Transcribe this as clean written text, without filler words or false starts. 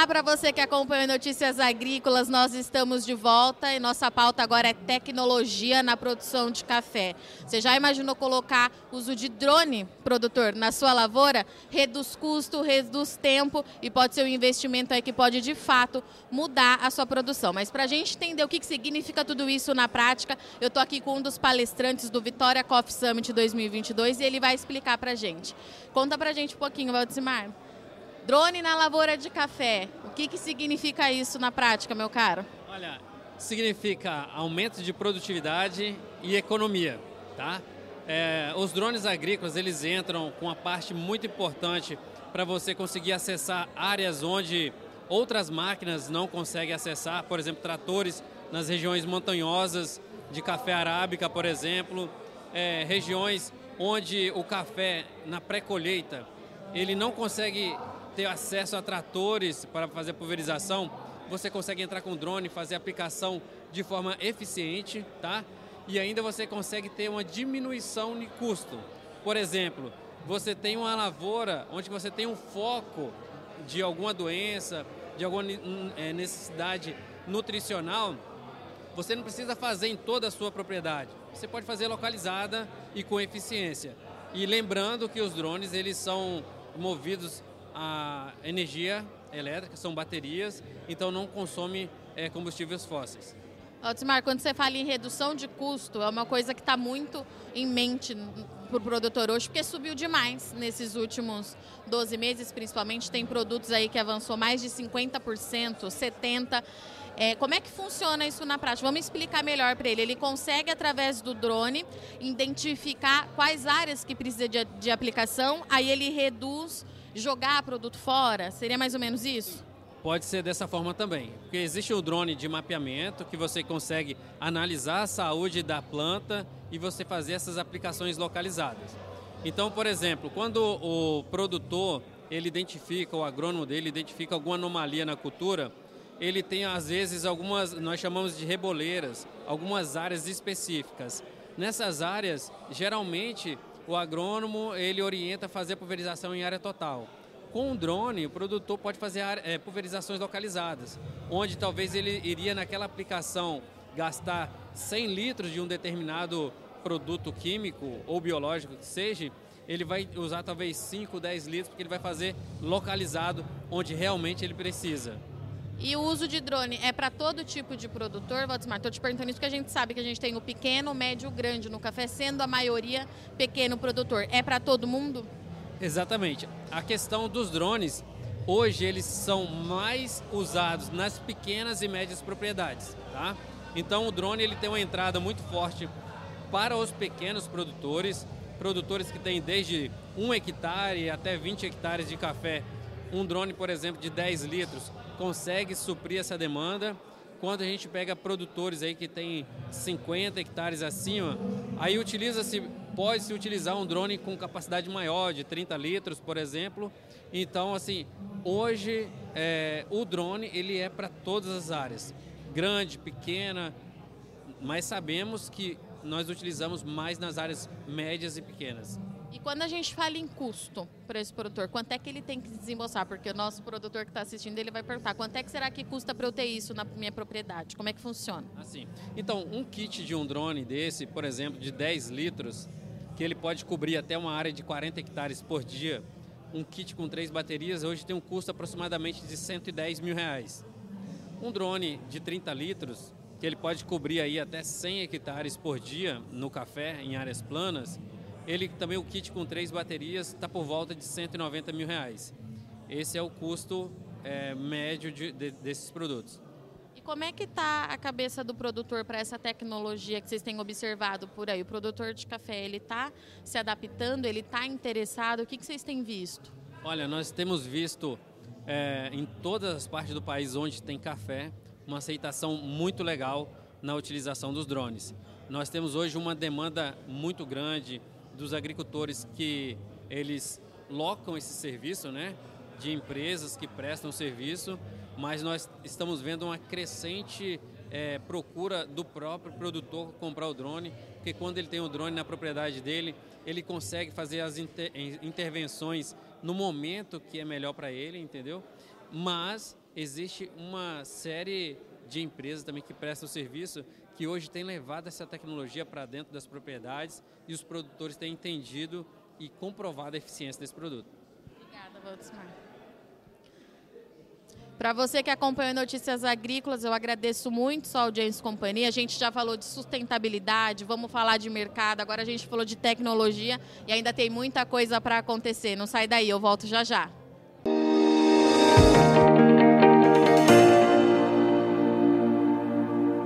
Olá para você que acompanha Notícias Agrícolas, nós estamos de volta e nossa pauta agora é tecnologia na produção de café. Você já imaginou colocar uso de drone, produtor, na sua lavoura? Reduz custo, reduz tempo e pode ser um investimento aí que pode de fato mudar a sua produção. Mas para a gente entender o que significa tudo isso na prática, eu estou aqui com um dos palestrantes do Vitória Coffee Summit 2022 e ele vai explicar para a gente. Conta para a gente um pouquinho, Valdemar. Drone na lavoura de café, o que significa isso na prática, meu caro? Olha, significa aumento de produtividade e economia, tá? Os drones agrícolas, eles entram com uma parte muito importante para você conseguir acessar áreas onde outras máquinas não conseguem acessar, por exemplo, tratores nas regiões montanhosas de café arábica, por exemplo, regiões onde o café, na pré-colheita, ele não consegue ter acesso a tratores para fazer pulverização, você consegue entrar com drone, fazer a aplicação de forma eficiente, tá? E ainda você consegue ter uma diminuição de custo. Por exemplo, você tem uma lavoura onde você tem um foco de alguma doença, de alguma necessidade nutricional, você não precisa fazer em toda a sua propriedade. Você pode fazer localizada e com eficiência. E lembrando que os drones, eles são movidos a energia elétrica, são baterias, então não consome combustíveis fósseis. Valdemar, quando você fala em redução de custo, é uma coisa que está muito em mente para o produtor hoje, porque subiu demais nesses últimos 12 meses, principalmente. Tem produtos aí que avançou mais de 50%, 70%. Como é que funciona isso na prática? Vamos explicar melhor para ele. Ele consegue, através do drone, identificar quais áreas que precisa de aplicação, aí ele reduz, jogar produto fora? Seria mais ou menos isso? Pode ser dessa forma também, porque existe o drone de mapeamento que você consegue analisar a saúde da planta e você fazer essas aplicações localizadas. Então, por exemplo, quando o produtor ele identifica, o agrônomo dele identifica alguma anomalia na cultura, ele tem às vezes algumas, nós chamamos de reboleiras, algumas áreas específicas. Nessas áreas, geralmente, o agrônomo ele orienta a fazer a pulverização em área total. Com o drone, o produtor pode fazer pulverizações localizadas, onde talvez ele iria naquela aplicação gastar 100 litros de um determinado produto químico ou biológico que seja, ele vai usar talvez 5, 10 litros, porque ele vai fazer localizado onde realmente ele precisa. E o uso de drone é para todo tipo de produtor, Valdemar? Estou te perguntando isso porque a gente sabe que a gente tem o pequeno, o médio, o grande no café, sendo a maioria pequeno produtor. É para todo mundo? Exatamente. A questão dos drones, hoje eles são mais usados nas pequenas e médias propriedades, tá? Então o drone ele tem uma entrada muito forte para os pequenos produtores, produtores que têm desde 1 hectare até 20 hectares de café. Um drone, por exemplo, de 10 litros consegue suprir essa demanda. Quando a gente pega produtores aí que tem 50 hectares acima, aí pode-se utilizar um drone com capacidade maior, de 30 litros, por exemplo. Então, assim, hoje o drone ele é para todas as áreas, grande, pequena, mas sabemos que nós utilizamos mais nas áreas médias e pequenas. E quando a gente fala em custo para esse produtor, quanto é que ele tem que desembolsar? Porque o nosso produtor que está assistindo, ele vai perguntar, quanto é que será que custa para eu ter isso na minha propriedade? Como é que funciona? Assim, então, um kit de um drone desse, por exemplo, de 10 litros, que ele pode cobrir até uma área de 40 hectares por dia, um kit com 3 baterias, hoje tem um custo aproximadamente de R$110 mil. Um drone de 30 litros, que ele pode cobrir aí até 100 hectares por dia no café, em áreas planas, ele também, o kit com 3 baterias, está por volta de R$190 mil. Esse é o custo médio desses produtos. E como é que está a cabeça do produtor para essa tecnologia que vocês têm observado por aí? O produtor de café, ele está se adaptando, ele está interessado? O que vocês têm visto? Olha, nós temos visto em todas as partes do país onde tem café, uma aceitação muito legal na utilização dos drones. Nós temos hoje uma demanda muito grande dos agricultores que eles locam esse serviço, né, de empresas que prestam serviço, mas nós estamos vendo uma crescente procura do próprio produtor comprar o drone, porque quando ele tem o drone na propriedade dele, ele consegue fazer as intervenções no momento que é melhor para ele, entendeu? Mas existe uma série de empresas também que prestam serviço que hoje têm levado essa tecnologia para dentro das propriedades e os produtores têm entendido e comprovado a eficiência desse produto. Obrigada, Valdismar. Para você que acompanha Notícias Agrícolas, eu agradeço muito sua audiência e companhia. A gente já falou de sustentabilidade, vamos falar de mercado, agora a gente falou de tecnologia e ainda tem muita coisa para acontecer. Não sai daí, eu volto já já.